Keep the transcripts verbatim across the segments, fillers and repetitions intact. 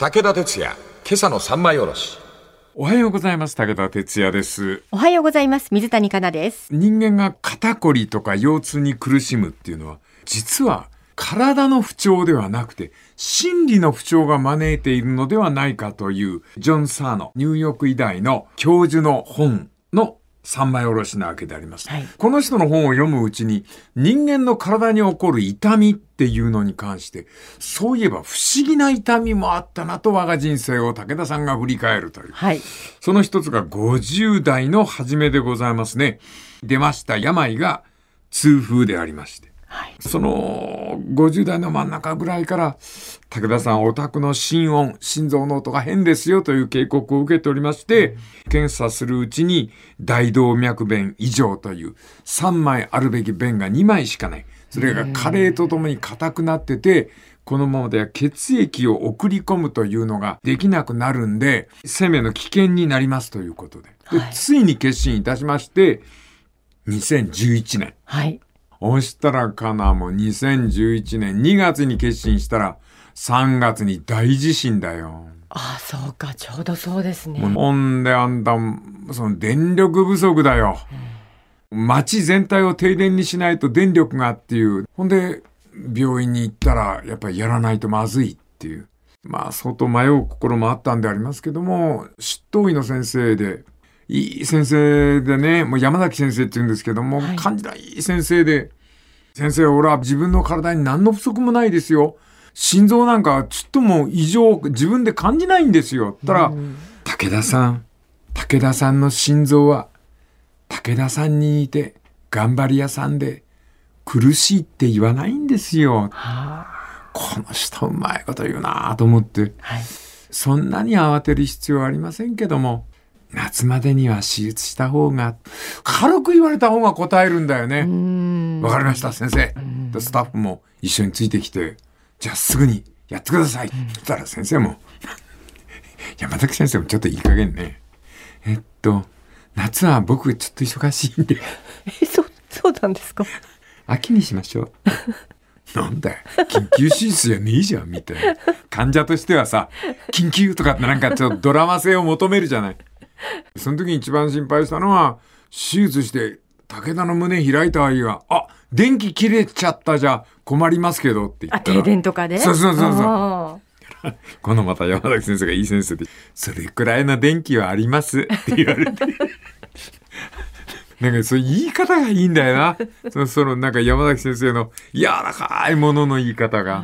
武田鉄矢、今朝の三枚おろし。 おはようございます。武田鉄矢です。 おはようございます。水谷香奈です。 人間が肩こりとか腰痛に苦しむっていうのは、実は体の不調ではなくて心理の不調が招いているのではないかというジョン・サーノ、ニューヨーク医大の教授の本の三枚おろしなわけであります、はい、この人の本を読むうちに人間の体に起こる痛みっていうのに関して、そういえば不思議な痛みもあったなと我が人生を武田さんが振り返るという、はい、その一つがごじゅう代の初めでございますね。出ました病が痛風でありまして、はい、そのごじゅう代の真ん中ぐらいから武田さんお宅の心音、心臓の音が変ですよという警告を受けておりまして、検査するうちに大動脈弁異常というさんまいあるべき弁がにまいしかない。それが加齢とともに硬くなってて、このままでは血液を送り込むというのができなくなるんで生命の危険になりますということで、で、はい、ついに決心いたしましてにせんじゅういちねん、はい、そしたらかな、もうにせんじゅういちねんにがつに決心したらさんがつに大地震だよ。 ああ、そうか、ちょうどそうですね。 ほんであんたその電力不足だよ、うん、街全体を停電にしないと電力がっていう。ほんで病院に行ったらやっぱりやらないとまずいっていう、まあ相当迷う心もあったんでありますけども、執刀医の先生でいい先生でね、もう山崎先生って言うんですけども、はい、感じないい先生で、先生、俺は自分の体に何の不足もないですよ、心臓なんかちょっとも異常自分で感じないんですよ。たら、うん、武田さん武田さんの心臓は武田さんに似て頑張り屋さんで苦しいって言わないんですよ、はあ、この人うまいこと言うなと思って、はい、そんなに慌てる必要はありませんけども、夏までには手術した方が、軽く言われた方が答えるんだよね。わかりました先生。でスタッフも一緒についてきて、じゃあすぐにやってくださいって言ったら先生も山崎先生もちょっといい加減ね、えっと夏は僕ちょっと忙しいんでえ、そう、そうなんですか。 秋にしましょうなんだよ緊急手術じゃねえじゃんみたいな。患者としてはさ、緊急とかってなんかちょっとドラマ性を求めるじゃない。その時に一番心配したのは、手術して武田の胸開いたはいいが、あ、電気切れちゃったじゃ困りますけどって言ったら、 あ、停電とかで、 そうそうそうそうこのまた山崎先生がいい先生で、それくらいの電気はありますって言われてなんかそういう言い方がいいんだよなその、そのなんか山崎先生の柔らかいものの言い方が、はい、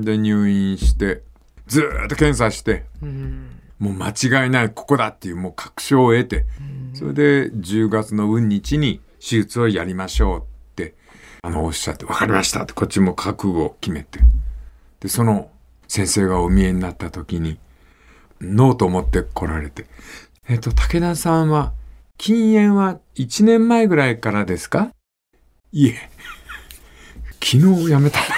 で入院してずーっと検査して、うん、もう間違いないここだっていうもう確証を得て、うん、それでじゅうがつのうん日に手術をやりましょうってあのおっしゃって、分かりましたってこっちも覚悟を決めて、でその先生がお見えになった時にノートを持って来られて、えっと武田さんは禁煙はいちねんまえぐらいからですか。いえ昨日やめたばっか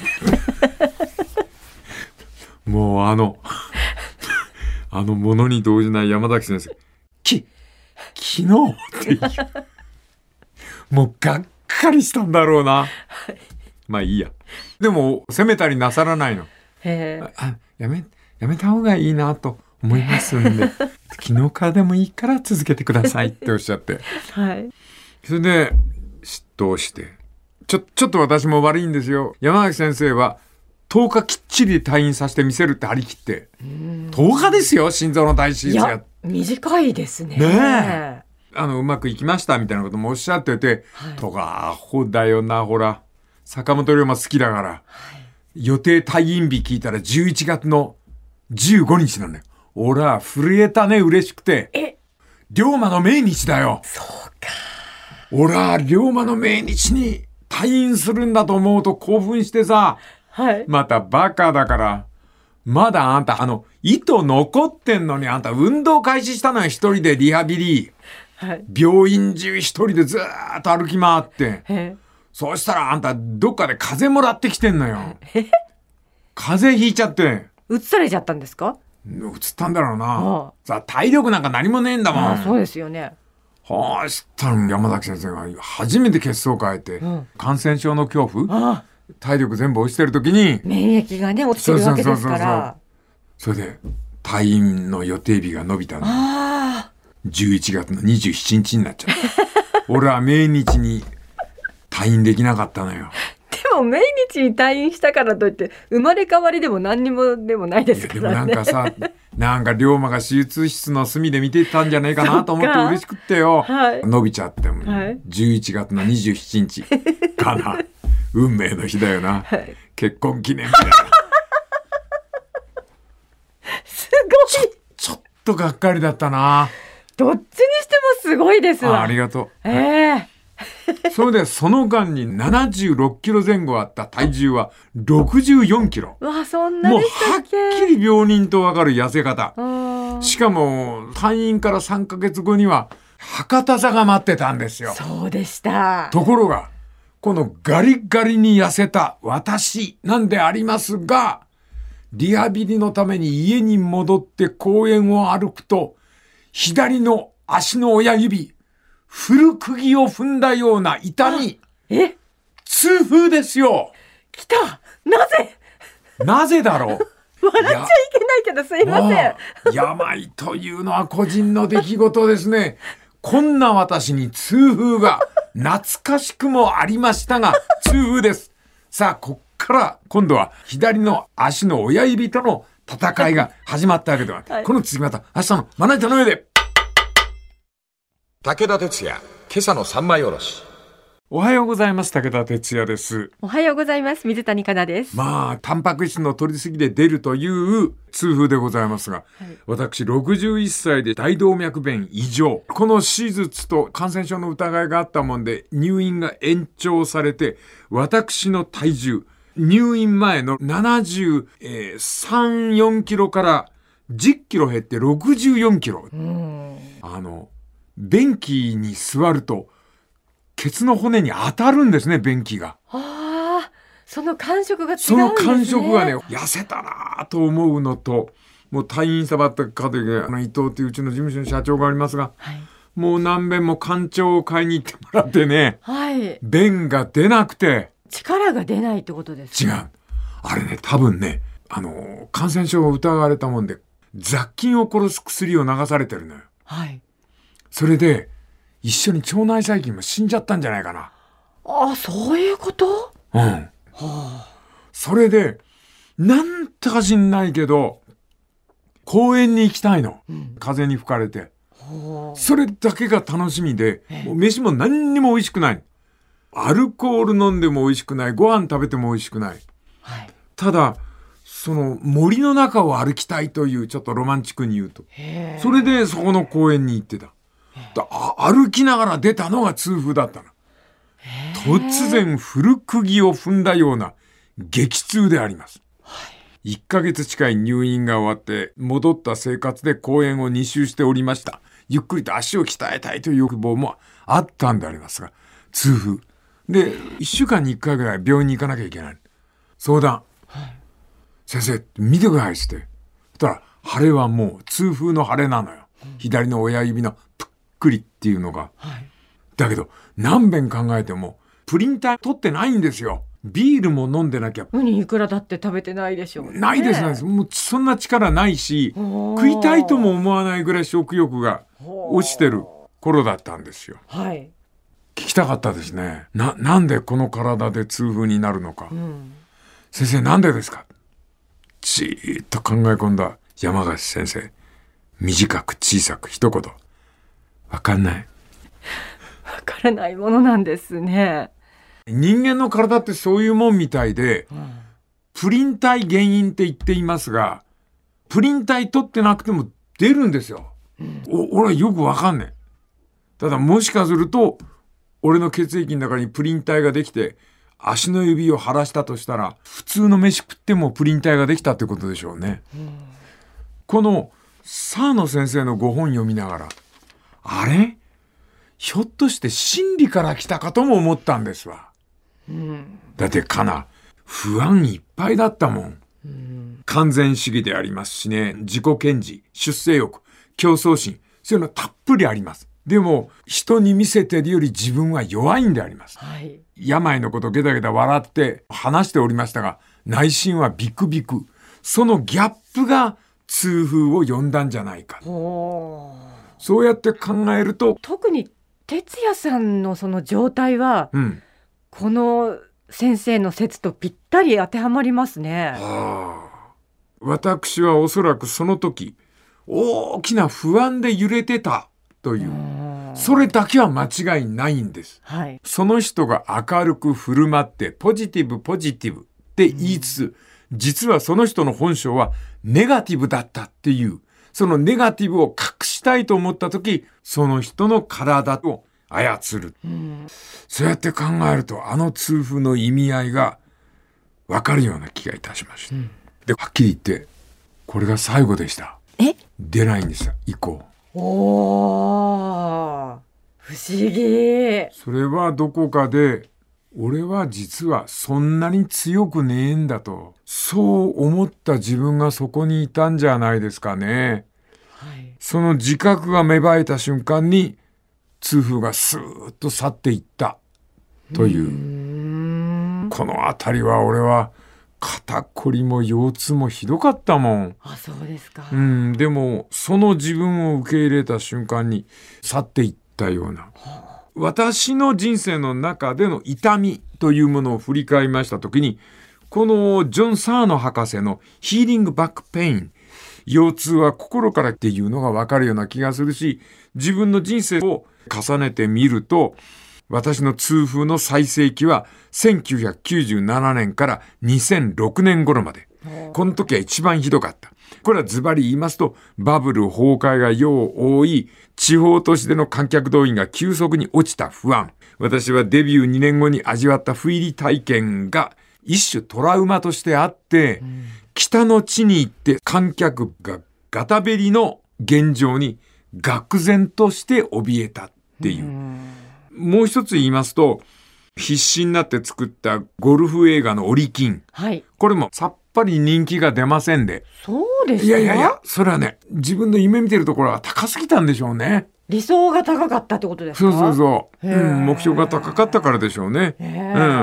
りもうあのあの物に動じない山崎先生、き昨日っていうもうがっかりしたんだろうな、はい、まあいいや。でも責めたりなさらないの。へー、あ、やめやめた方がいいなと思いますんで昨日からでもいいから続けてくださいっておっしゃって、はい、それで執刀して、ちょちょっと私も悪いんですよ、山崎先生はとおかきっちり退院させてみせるって張り切って、とおかですよ、心臓の大手術や。 いや短いですね。 ねえ、あのうまくいきましたみたいなこともおっしゃってて、はい、とかアホだよな、ほら坂本龍馬好きだから、はい、予定退院日聞いたらじゅういちがつのじゅうごにちなのよ。俺は震えたね、嬉しくて。え、龍馬の命日だよ。 そうか。 俺は龍馬の命日に退院するんだと思うと興奮してさ、はい、またバカだから、まだあんたあの糸残ってんのに、あんた運動開始したのよ、一人でリハビリ、はい、病院中一人でずーっと歩き回って、そうしたらあんたどっかで風邪もらってきてんのよ。風邪ひいちゃってうつされちゃったんですか。 うつったんだろうな、ああ、さ体力なんか何もねえんだもん。 ああ、そうですよね。 はあ、したら山崎先生が初めて血相を変えて、うん、感染症の恐怖、ああ、体力全部落ちてる時に免疫がね落ちてるわけですから、 それで退院の予定日が伸びたの。 あじゅういちがつのにじゅうしちにちになっちゃった。俺は命日に退院できなかったのよ。 でも命日に退院したからといって生まれ変わりでも何にもでもないですからね。 いやでもなんかさ、なんか龍馬が手術室の隅で見てたんじゃないかなと思って嬉しくってよ。 はい、 伸びちゃっても、 はい、 じゅういちがつのにじゅうしちにちかな。運命の日だよな。はい、結婚記念みたいな。 すごい。 ちょ、ちょっとがっかりだったな。 どっちにしてもすごいですわ。 あ, ありがとう。 ええーそれでその間にななじゅうろっキロぜん後あった体重はろくじゅうよんキロ。 わあ、そんなでしたっけ。 もうはっきり病人とわかる痩せ方。しかも退院からさんかげつごには博多座が待ってたんですよ。 そうでした。 ところがこのガリガリに痩せた私なんでありますが、リハビリのために家に戻って公園を歩くと、左の足の親指古釘を踏んだような痛み。 え痛風ですよ。 来た。なぜなぜだろう。 笑っちゃいけないけどすいません。 病というのは個人の出来事ですね。こんな私に痛風が懐かしくもありましたが痛風です。さあこっから今度は左の足の親指との戦いが始まったわけでは、はい、この次また明日のまな板の上で。 武田鉄矢、今朝の三枚おろし。 おはようございます。武田鉄矢です。 おはようございます。水谷香奈です。 まあタンパク質の摂りすぎで出るという痛風でございますが、はい、私ろくじゅういっさいで大動脈弁異常、この手術と感染症の疑いがあったもんで入院が延長されて、私の体重入院前のななじゅうさん、よんキロからじゅっキロ減ってろくじゅうよんキロ。うん、あの便器に座るとケツの骨に当たるんですね、便器が。 ああ、その感触が違うんですそね。 の感触がね、痩せたなと思うのと、もう退院したばっかりで、あの伊藤っていううちの事務所の社長がありますが、はい、もう何遍も肝腸を買いに行ってもらってね、はい、便が出なくて。 力が出ないってことですか？違う。あれね、多分ね、あの感染症を疑われたもんで雑菌を殺す薬を流されてるのよ。はい。それで一緒に腸内細菌も死んじゃったんじゃないかな。 ああ、そういうこと？ うん。はあ、それでなんとか知んないけど公園に行きたいの。うん、風に吹かれて。はあ、それだけが楽しみで、もう飯も何にも美味しくない。アルコール飲んでも美味しくない。ご飯食べても美味しくない。はい、ただその森の中を歩きたいというちょっとロマンチックに言うと、それでそこの公園に行ってた。歩きながら出たのが痛風だったの。突然古釘を踏んだような激痛であります。はい、いっかげつ近い入院が終わって戻った生活で公園をに周しておりました。ゆっくりと足を鍛えたいという欲望もあったんでありますが、痛風でいっしゅうかんにいっかいぐらい病院に行かなきゃいけない。相談、はい、先生見てくださいって。そしたら腫れはもう痛風の腫れなのよ。うん、左の親指のぷっくりっていうのが、はい、だけど何遍考えてもプリン体取ってないんですよ。ビールも飲んでなきゃ。 ウニいくらだって食べてないでしょうね。 ないですないです。もうそんな力ないし、食いたいとも思わないぐらい食欲が落ちてる頃だったんですよ。はい。聞きたかったですね。な、なんでこの体で痛風になるのか。うん、先生なんでですか。じーっと考え込んだ山樫先生。短く小さく一言。わかんない。 わからないものなんですね。 人間の体ってそういうもんみたいで、うん、プリン体原因って言っていますが、プリン体取ってなくても出るんですよ。うん、お俺はよくわかんない。ただもしかすると、俺の血液の中にプリン体ができて、足の指を腫らしたとしたら、普通の飯食ってもプリン体ができたってことでしょうね。うん、この沢野先生のご本読みながら、あれ？ひょっとして心理から来たかとも思ったんですわ。うん、だってかな、不安いっぱいだったもん。うん、完全主義でありますしね、自己顕示、出世欲、競争心、そういうのたっぷりあります。でも人に見せてるより自分は弱いんであります。はい、病のことゲタゲタ笑って話しておりましたが、内心はビクビク。そのギャップが痛風を呼んだんじゃないか。そうやって考えると、 特に哲也さんのその状態は、うん、この先生の説とぴったり当てはまりますね。 はあ、私はおそらくその時大きな不安で揺れてたという、それだけは間違いないんです、はい、その人が明るく振る舞ってポジティブポジティブって言いつつ、うん、実はその人の本性はネガティブだったっていう、そのネガティブを隠したいと思った時、その人の体を操る、うん、そうやって考えるとあの痛風の意味合いが分かるような気がいたしました、うん、ではっきり言ってこれが最後でした。 え出ないんですよ以降。 おー、不思議。 それはどこかで俺は実はそんなに強くねえんだと、そう思った自分がそこにいたんじゃないですかね、はい、その自覚が芽生えた瞬間に痛風がスーッと去っていったという、うーん、このあたりは俺は肩こりも腰痛もひどかったもん。 あ、そうですか。 うん、でもその自分を受け入れた瞬間に去っていったような、はあ、私の人生の中での痛みというものを振り返りましたときに、このジョン・サーノ博士のヒーリングバックペイン、腰痛は心からっていうのが分かるような気がするし、自分の人生を重ねてみると、私の痛風の最盛期はせんきゅうひゃくきゅうじゅうななねんからにせんろくねん頃まで。この時は一番ひどかった。これはズバリ言いますと、バブル崩壊が世を覆い、地方都市での観客動員が急速に落ちた不安。私はデビューにねんごに味わった不入り体験が一種トラウマとしてあって、うん、北の地に行って観客がガタベリの現状に愕然として怯えたっていう。うん、もう一つ言いますと、必死になって作ったゴルフ映画のオリキン。はい。これもさっぱり人気が出ませんで。 そうですか？ いやいやいや、それはね、自分の夢見てるところは高すぎたんでしょうね。 理想が高かったってことですか？ そうそうそう。うん、目標が高かったからでしょうね。うん。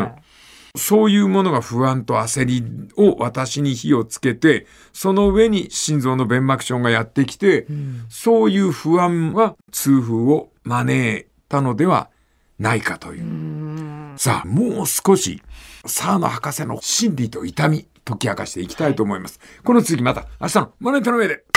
そういうものが不安と焦りを私に火をつけて、その上に心臓の弁膜症がやってきて、うん、そういう不安は痛風を招いたのではないかという。うーん、さあ、もう少しサーノ博士の心理と痛み解き明かしていきたいと思います。はい、この続きまた明日のマネタの上で。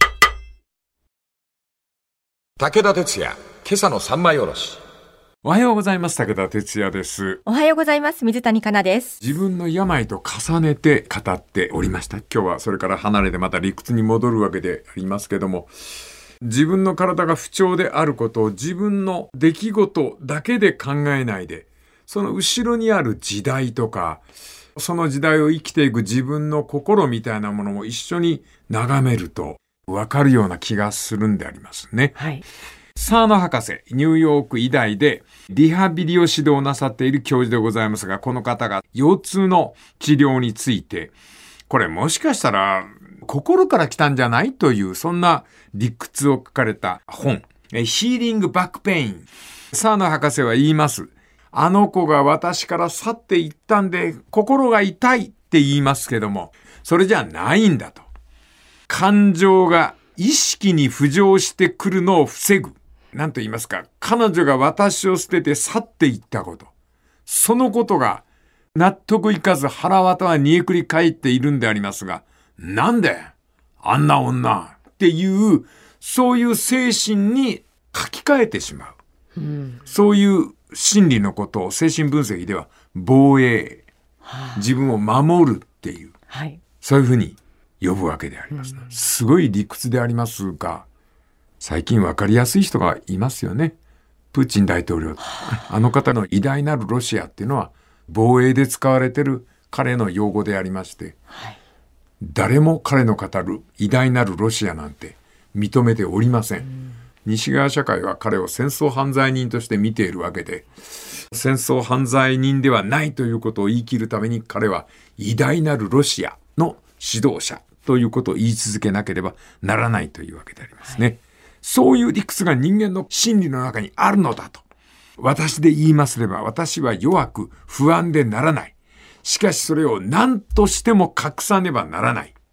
武田鉄矢、今朝の三枚おろし。 おはようございます。武田鉄矢です。 おはようございます。水谷香奈です。 自分の病と重ねて語っておりました。今日はそれから離れてまた理屈に戻るわけでありますけども、自分の体が不調であることを自分の出来事だけで考えないで、その後ろにある時代とか、その時代を生きていく自分の心みたいなものも一緒に眺めると分かるような気がするんでありますね。はい。サーノ博士、ニューヨーク医大でリハビリを指導なさっている教授でございますが、この方が腰痛の治療について、これもしかしたら心から来たんじゃないという、そんな理屈を書かれた本、ヒーリングバックペイン。サーノ博士は言います。あの子が私から去っていったんで心が痛いって言いますけども、それじゃないんだと。感情が意識に浮上してくるのを防ぐ。なんと言いますか、彼女が私を捨てて去っていったこと。そのことが納得いかず腹渡は煮えくり返っているんでありますが、なんであんな女っていう、そういう精神に書き換えてしまう。うん、そういう心理のことを精神分析では防衛。はあ、自分を守るっていう。はい、そういうふうに呼ぶわけであります、ね。うん、すごい理屈でありますが、最近わかりやすい人がいますよね。プーチン大統領。あの方の偉大なるロシアっていうのは防衛で使われている彼の用語でありまして、はい、誰も彼の語る偉大なるロシアなんて認めておりません。うん、西側社会は彼を戦争犯罪人として見ているわけで、戦争犯罪人ではないということを言い切るために彼は偉大なるロシアの指導者ということを言い続けなければならないというわけでありますね。はい、そういう理屈が人間の心理の中にあるのだと。私で言いますれば、私は弱く不安でならない。しかしそれを何としても隠さねばならない。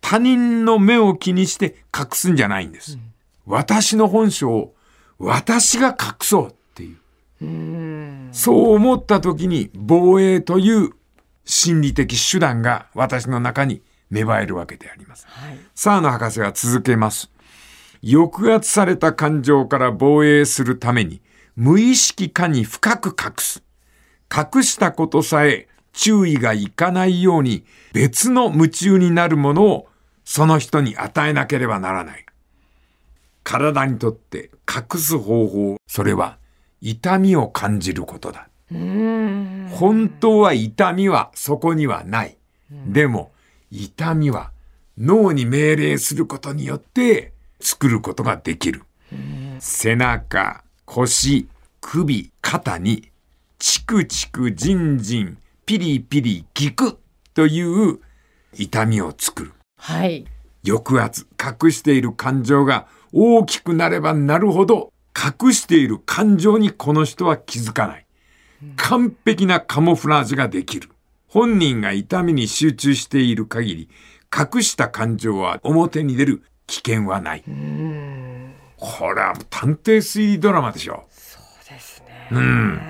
他人の目を気にして隠すんじゃないんです。うん、私の本性を私が隠そうっていう。うーん、そう思った時に防衛という心理的手段が私の中に芽生えるわけであります。はい、サーノ博士は続けます。抑圧された感情から防衛するために無意識下に深く隠す。隠したことさえ注意がいかないように別の夢中になるものをその人に与えなければならない。体にとって隠す方法、それは痛みを感じることだ。うーん、本当は痛みはそこにはない。でも痛みは脳に命令することによって作ることができる。背中、腰、首、肩にチクチクジンジンピリピリギクという痛みを作る。はい。抑圧、隠している感情が大きくなればなるほど隠している感情にこの人は気づかない。完璧なカモフラージュができる。本人が痛みに集中している限り隠した感情は表に出る危険はない。うーん、これは探偵推理ドラマでしょ。 そうですね。 うん、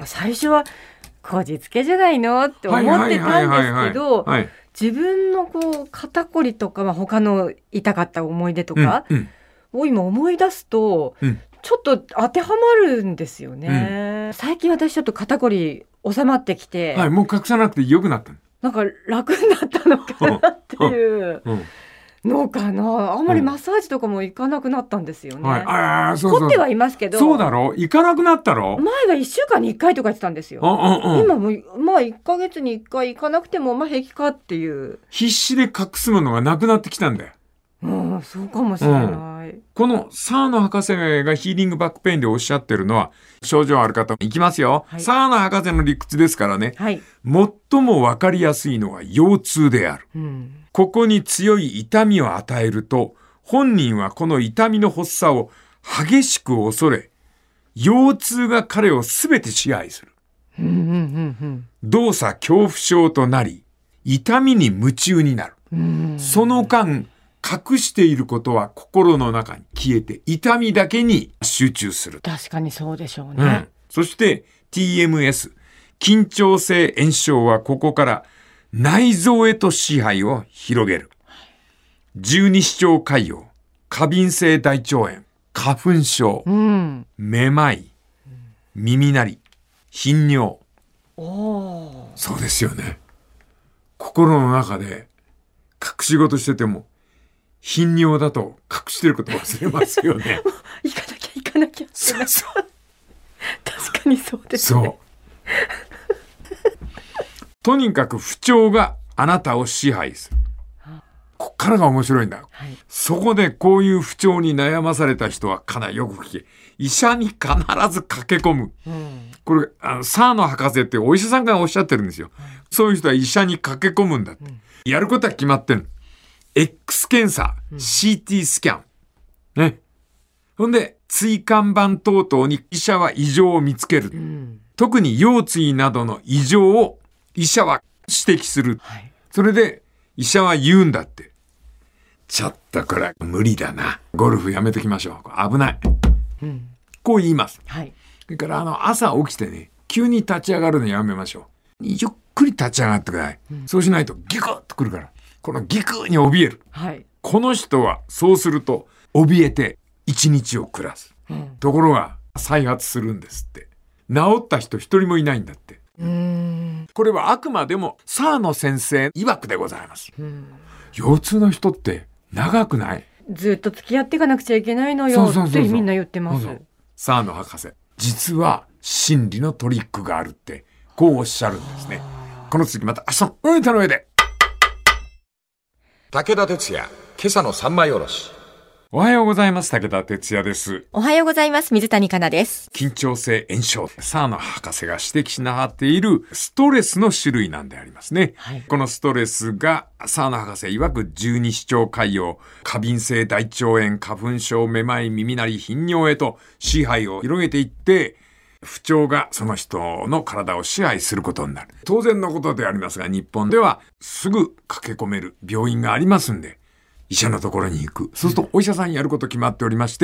最初はこじつけじゃないのって思ってたんですけど、自分のこう肩こりとか、まあ、他の痛かった思い出とかを今思い出すと、うん、ちょっと当てはまるんですよね。うん、最近私ちょっと肩こり収まってきて、 はい、もう隠さなくて良くなった。 なんか楽になったのかなっていうのかな。あんまりマッサージとかも行かなくなったんですよね。はい、ああ、そうそう。凝ってはいますけど。 そうだろう。行かなくなったろ。 前はいっしゅうかんにいっかいとか言ってたんですよ。うんうんうん、今もまあいっかげつにいっかい行かなくてもまあ平気かっていう。 必死で隠すものがなくなってきたんだよ。 うん、そうかもしれない。うん、 このサーノ博士がヒーリングバックペインでおっしゃってるのは、症状ある方いきますよ。はい、サーノ博士の理屈ですからね。はい、最もわかりやすいのは腰痛である。うん、ここに強い痛みを与えると、本人はこの痛みの発作を激しく恐れ、腰痛が彼をすべて支配する。うんうんうんうん、動作恐怖症となり、痛みに夢中になる。うん、その間、隠していることは心の中に消えて痛みだけに集中する。 確かにそうでしょうね。うん、 そして ティーエムエス、緊張性炎症はここから内臓へと支配を広げる。十二指腸潰瘍、過敏性大腸炎、花粉症、うん、めまい、耳鳴り、頻尿。おー、そうですよね。心の中で隠し事してても頻尿だと隠してること忘れますよね。 行かなきゃ行かなきゃ。そうそう。確かにそうですね。そう。とにかく不調があなたを支配する。こっからが面白いんだ。はい、そこでこういう不調に悩まされた人はかなりよく聞け。医者に必ず駆け込む。うん、これあのサーノ博士ってお医者さんがおっしゃってるんですよ。うん、そういう人は医者に駆け込むんだって。うん、やることは決まってる。X 検査、うん、シーティー スキャン。ね。ほんで、椎間板等々に医者は異常を見つける。うん、特に腰椎などの異常を医者は指摘する。はい、それで医者は言うんだって。ちょっとこれ無理だな。ゴルフやめときましょう。危ない。うん、こう言います。はい、それからあの朝起きてね、急に立ち上がるのやめましょう。ゆっくり立ち上がってください。うん、そうしないとギクッとくるから。このギクに怯える、はい、この人はそうすると怯えて一日を暮らす、うん、ところが再発するんですって。治った人一人もいないんだって。うーん、これはあくまでもサーノ先生曰くでございます。うん、腰痛の人って長くない？ ずっと付き合っていかなくちゃいけないのよってみんな言ってます。そうそうサーノ博士、実は心理のトリックがあるってこうおっしゃるんですね。この次また明日の上田の上で。 武田鉄矢、今朝の三枚おろし。 おはようございます。武田鉄矢です。 おはようございます。水谷香奈です。 緊張性炎症、サーノ博士が指摘しながっているストレスの種類なんでありますね。はい、このストレスがサーノ博士曰く十二指腸潰瘍、過敏性大腸炎、花粉症、めまい、耳鳴り、頻尿へと支配を広げていって、不調がその人の体を支配することになる。当然のことでありますが、日本ではすぐ駆け込める病院がありますんで、 医者のところに行く。そうするとお医者さんやること決まっておりまして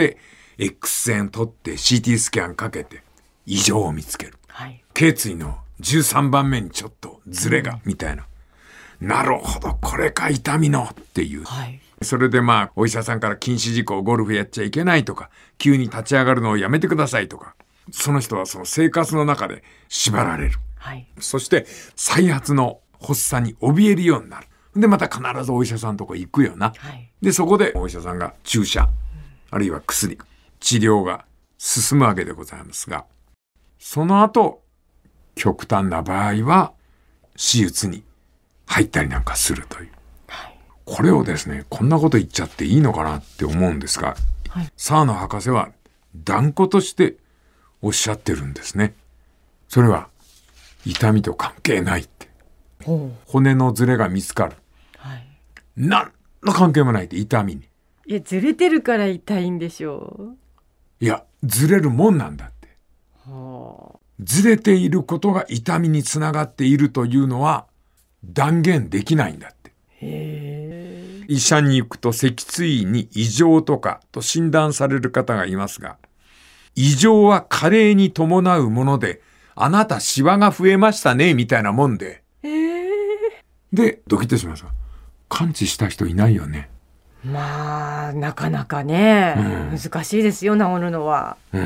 、X 線取って シーティー スキャンかけて異常を見つける。はい、頸椎のじゅうさんばんめにちょっとズレが、うん、みたいな。なるほど、これか痛みのっていう。はい、それでまあ、お医者さんから禁止事項、ゴルフやっちゃいけないとか、急に立ち上がるのをやめてくださいとか、その人はその生活の中で縛られる。はい、そして、再発の発作に怯えるようになる。で、また必ずお医者さんのとこ行くよな。はい、で、そこでお医者さんが注射、うん、あるいは薬、治療が進むわけでございますが、その後、極端な場合は、手術に入ったりなんかするという。はい、これをですね、こんなこと言っちゃっていいのかなって思うんですが、はい、澤野博士は断固としておっしゃってるんですね。それは痛みと関係ないって。骨のズレが見つかる。はい、何の関係もないって、痛みに。 いや、ずれてるから痛いんでしょう。 いや、ずれるもんなんだって。はあ、ずれていることが痛みにつながっているというのは断言できないんだって。へー。医者に行くと脊椎に異常とかと診断される方がいますが、異常は加齢に伴うもので、あなたシワが増えましたねみたいなもんで、へー。でドキッとしますが、完治した人いないよね。 まあなかなかね、うん、難しいですよ、治るのは。うん、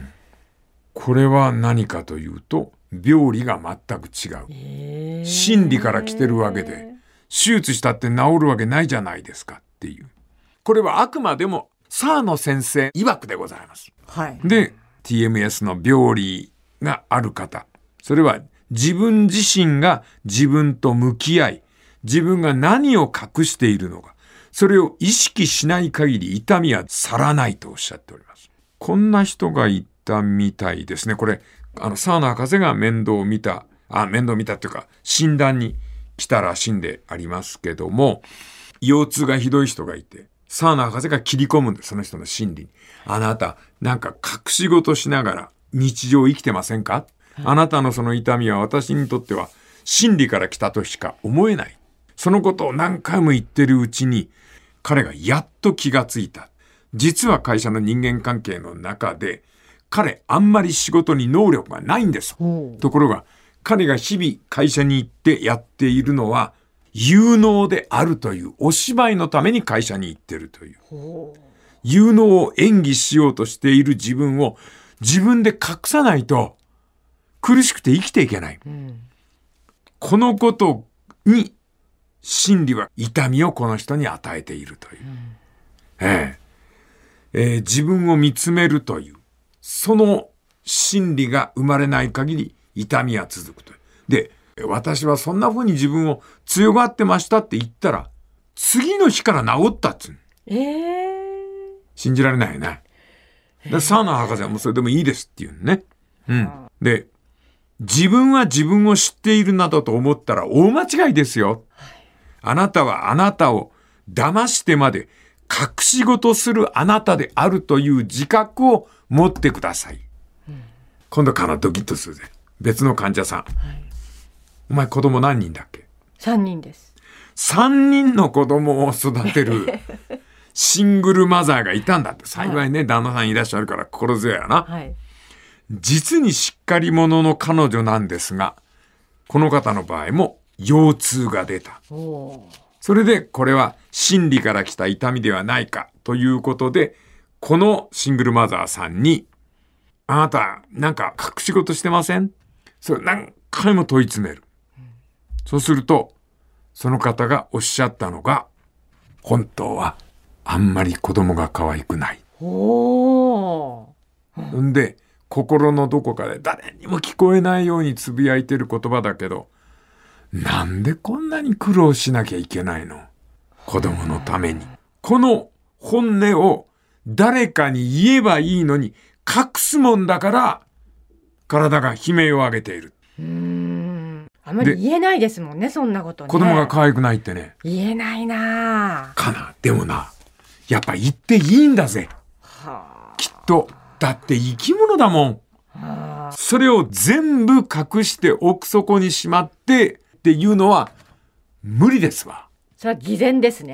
これは何かというと、病理が全く違う、えー、心理から来てるわけで、手術したって治るわけないじゃないですかっていう。これはあくまでも澤野先生曰くでございます。はい、で ティーエムエス の病理がある方、それは自分自身が自分と向き合い、自分が何を隠しているのか、それを意識しない限り痛みは去らないとおっしゃっております。こんな人がいたみたいですね。これ、あの、澤野博士が面倒を見た、あ、面倒を見たっていうか、診断に来たらしいんでありますけども、腰痛がひどい人がいて、澤野博士が切り込むんです、その人の心理に。あなた、なんか隠し事しながら日常を生きてませんか？あなたのその痛みは私にとっては心理から来たとしか思えない。そのことを何回も言ってるうちに、彼がやっと気がついた。実は会社の人間関係の中で、彼あんまり仕事に能力がないんです。ところが、彼が日々会社に行ってやっているのは、有能であるというお芝居のために会社に行ってるという。有能を演技しようとしている自分を自分で隠さないと苦しくて生きていけない。うん、このことに心理は痛みをこの人に与えているという。うんえええー、自分を見つめるという、その心理が生まれない限り痛みは続くという。で、私はそんな風に自分を強がってましたって言ったら、次の日から治ったっつう。えー、信じられないよね。で、澤野博士はもうそれでもいいですっていうね。うん。で、自分は自分を知っているなどと思ったら大間違いですよ。あなたはあなたを騙してまで隠し事するあなたであるという自覚を持ってください。うん、今度からドキッとするぜ。別の患者さん。はい、お前子供何人だっけ？ さんにんです。 さんにんの子供を育てるシングルマザーがいたんだって。幸いね、はい、旦那さんいらっしゃるから心強いやな。はい、実にしっかり者の彼女なんですが、この方の場合も腰痛が出た。それでこれは心理から来た痛みではないかということで、このシングルマザーさんに、あなたなんか隠し事してません？それ何回も問い詰める。うん、そうすると、その方がおっしゃったのが、本当はあんまり子供が可愛くない。おー。んで、心のどこかで誰にも聞こえないようにつぶやいてる言葉だけど、なんでこんなに苦労しなきゃいけないの？子供のために。この本音を誰かに言えばいいのに隠すもんだから、体が悲鳴を上げている。 うーん。あんまり言えないですもんね、そんなことね。 子供が可愛くないってね。 言えないなかな。でもな、やっぱ言っていいんだぜ。はあ、きっと。だって生き物だもん。はあ、それを全部隠して奥底にしまってっていうのは無理ですわ。 それは偽善ですね。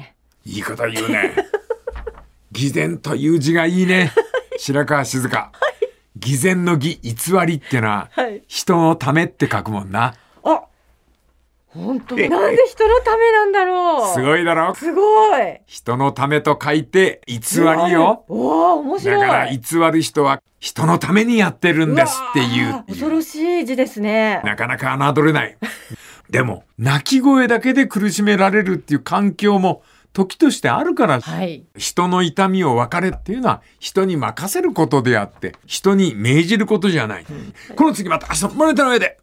いいこと言うね。偽善という字がいいね。白川静香。偽善の偽、偽りってのは、 はい、 人のためって書くもんな。 あ、本当。なんで人のためなんだろう。 すごいだろ。 すごい。 人のためと書いて偽りよ。 おお、面白い。 だから偽る人は人のためにやってるんですっていう。 恐ろしい字ですね。 なかなか侮れない。でも泣き声だけで苦しめられるっていう環境も時としてあるから、はい、人の痛みを分かれっていうのは人に任せることであって人に命じることじゃない、うん、この次また明日モニターの上で。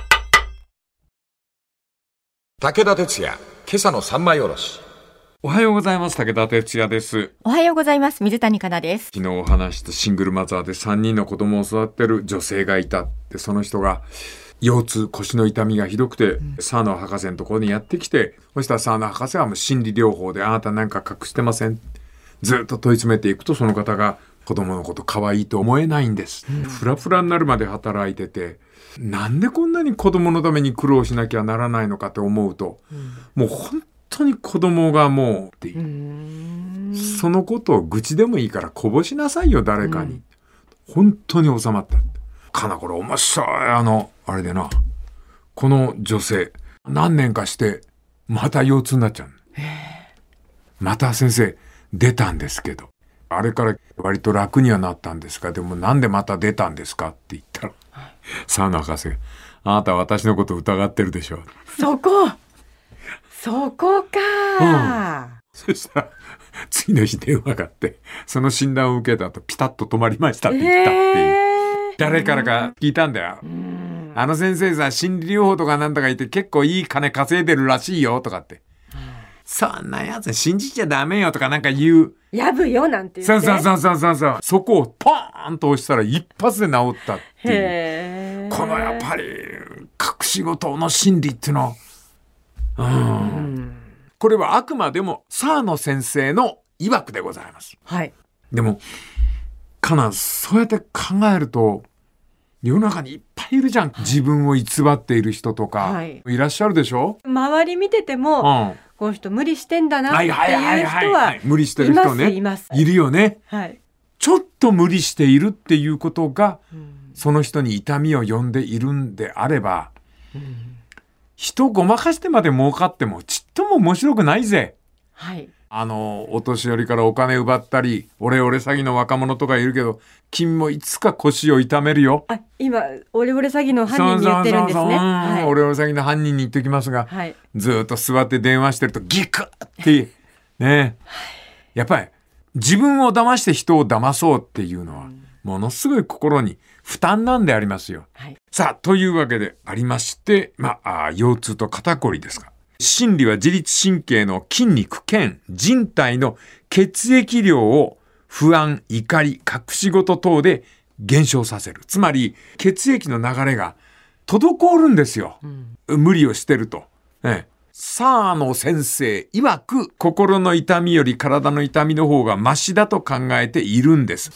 武田鉄矢、今朝の三枚おろし。 おはようございます。武田鉄矢です。 おはようございます。水谷香奈です。 昨日お話したシングルマザーでさんにんの子供を育てる女性がいたって、その人が腰痛、腰の痛みがひどくて、うん、沢野博士のところにやってきて、そしたら沢野博士はもう心理療法であなたなんか隠してません。ずっと問い詰めていくとその方が子供のこと可愛いと思えないんです。うん、フラフラになるまで働いてて、なんでこんなに子供のために苦労しなきゃならないのかって思うと、うん、もう本当に子供がもうっていう、うそのことを愚痴でもいいからこぼしなさいよ誰かに、うん、本当に収まった。かなこれ面白い。あのあれでな、この女性何年かしてまた腰痛になっちゃう。また先生出たんですけど、あれから割と楽にはなったんですか、でもなんでまた出たんですかって言ったら、沢野博士があなたは私のこと疑ってるでしょ。 そこそこか、 うん、そしたら次の日電話があって、その診断を受けた後ピタッと止まりましたって言ったっていう、えー、誰からか聞いたんだよ。あの先生さ心理療法とかなんとか言って結構いい金稼いでるらしいよとかって、そんなやつ信じちゃダメよとかなんか言う、 やぶよなんて言って、 そうそうそうそうそう、そこをポーンと押したら一発で治ったっていう、このやっぱり隠し事の心理っていうの、うん、うん、これはあくまでも沢野先生の曰くでございます。 はい。 でもかな、そうやって考えると世の中にいっぱいいるじゃん、はい、自分を偽っている人とか、はい、いらっしゃるでしょ。 周り見てても、うん、この人無理してんだなっていう人は無理してる人ね、 います、 いるよね、 はい、 ちょっと無理しているっていうことが、うん、その人に痛みを呼んでいるんであれば、うん、人ごまかしてまで儲かってもちっとも面白くないぜ。 はい。 あのお年寄りからお金奪ったりオレオレ詐欺の若者とかいるけど、君もいつか腰を痛めるよ。 あ、今オレオレ詐欺の犯人に言ってるんですね。はい、 オレオレ詐欺の犯人に言っておきますが、はい、ずっと座って電話してるとギクってね、はい、やっぱり自分を騙して人を騙そうっていうのは、うん、ものすごい心に負担なんでありますよ。はい、さあというわけでありまして、まあ、あ腰痛と肩こりですか。心理は自律神経の筋肉兼人体の血液量を不安、怒り、隠し事等で減少させる。つまり血液の流れが滞るんですよ、うん、無理をしてると、ね、沢野先生曰く心の痛みより体の痛みの方がマシだと考えているんです。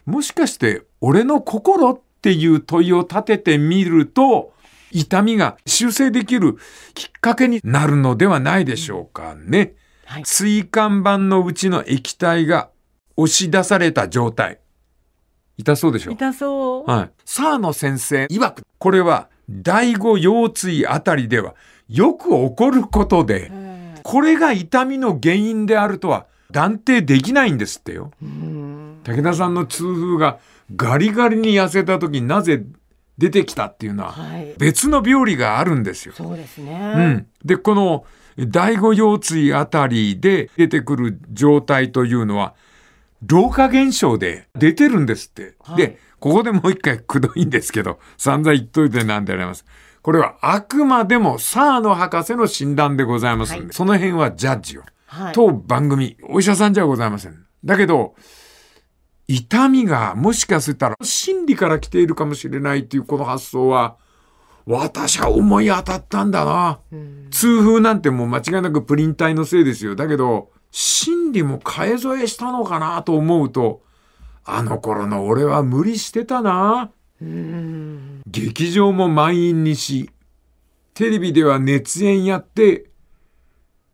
もしかして俺の心っていう問いを立ててみると痛みが修正できるきっかけになるのではないでしょうかね。はい、椎間板のうちの液体が押し出された状態。痛そうでしょ。 痛そう。 はい。沢野先生曰く、これは第五腰椎あたりではよく起こることで、これが痛みの原因であるとは断定できないんですってよ。武田さんの痛風がガリガリに痩せた時になぜ出てきたっていうのは別の病理があるんですよ。 そうですね。 うん。で、この第五腰椎あたりで出てくる状態というのは老化現象で出てるんですって。はい、で、ここでもう一回くどいんですけど、散々言っといてなんであります。これはあくまでも沢野博士の診断でございますので、はい、その辺はジャッジを。はい、当番組、お医者さんじゃございません。だけど、痛みがもしかしたら心理から来ているかもしれないというこの発想は私は思い当たったんだな。痛風なんてもう間違いなくプリン体のせいですよ。だけど心理も替え添えしたのかなと思うと、あの頃の俺は無理してたな。うーん、劇場も満員にし、テレビでは熱演やって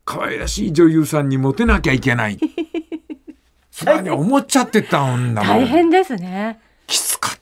可愛らしい女優さんにモテなきゃいけない。それはね、思っちゃってたんだもん。 大変ですね。 きつかった。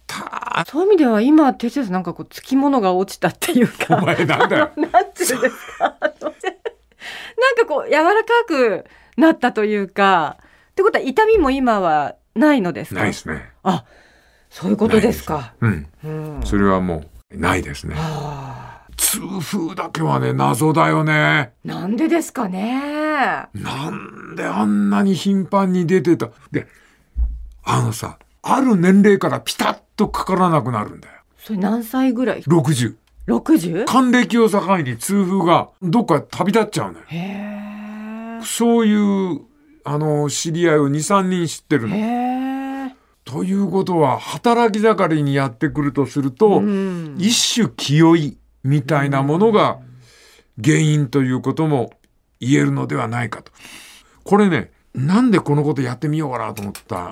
そういう意味では今テセさんなんかこうつきものが落ちたっていうか。 お前なんだよ。 なんていうんですか。なんかこう柔らかくなったというか。ってことは痛みも今はないのですか？ ないですね。 あ、そういうことですか。 うん、 うん、 それはもうないですね。痛風だけはね、謎だよね。 なんでですかね。 なんであんなに頻繁に出てた。で、あのさ、ある年齢からピタッとかからなくなるんだよ。 それ何歳ぐらい？ ろくじゅう。 ろくじゅう？ 還暦を境に痛風がどっか旅立っちゃうのよ。 へー。 そういうあの知り合いをに、さんにん知ってるの。 へー。 ということは働き盛りにやってくるとすると、うん、一種気負いみたいなものが原因ということも言えるのではないかと。これね、なんでこのことやってみようかなと思った。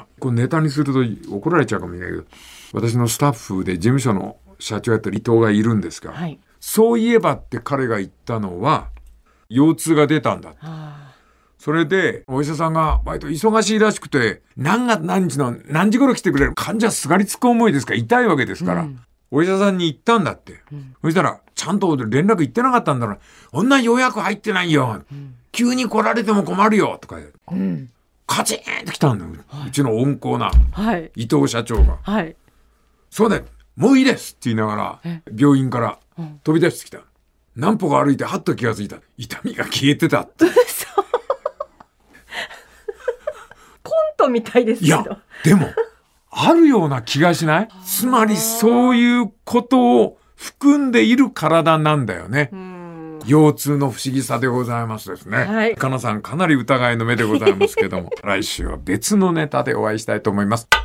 これネタにすると怒られちゃうかもしれないけど、私のスタッフで事務所の社長やった伊藤がいるんですが、はい、そういえばって彼が言ったのは腰痛が出たんだ。それでお医者さんが割と忙しいらしくて、何月何日の何時頃来てくれる、患者すがりつく思いですから痛いわけですから、うん、お医者さんに言ったんだって、うん、そしたらちゃんと連絡行ってなかったんだろう。こんな予約入ってないよ、うん、急に来られても困るよとか、うん、カチーンと来たんだよ、はい、うちの温厚な伊藤社長が、はい、そうだよ、もういいですって言いながら病院から飛び出してきた、うん、何歩か歩いてはっと気がついた、痛みが消えてたってコントみたいですけど。 いや、でも、あるような気がしない？つまりそういうことを含んでいる体なんだよね。腰痛の不思議さでございますですね。はい。かなさんかなり疑いの目でございますけども、来週は別のネタでお会いしたいと思います。